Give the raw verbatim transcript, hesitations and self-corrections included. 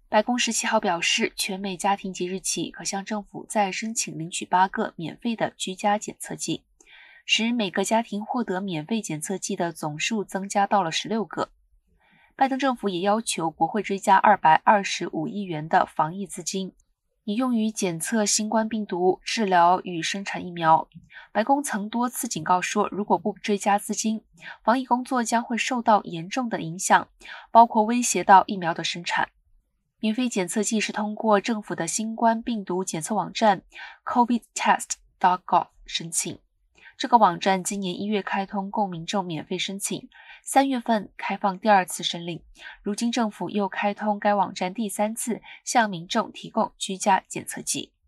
白宫十七号表示，全美家庭即日起可向政府再申请领取八个免费的居家检测剂，使每个家庭获得免费检测剂的总数增加到了十六个。拜登政府也要求国会追加二百二十五亿元的防疫资金，以用于检测新冠病毒、治疗与生产疫苗。白宫曾多次警告说，如果不追加资金，防疫工作将会受到严重的影响，包括威胁到疫苗的生产。免费检测剂是通过政府的新冠病毒检测网站 covid test dot gov 申请。这个网站今年一月开通供民众免费申请，三月份开放第二次申领，如今政府又开通该网站第三次，向民众提供居家检测剂。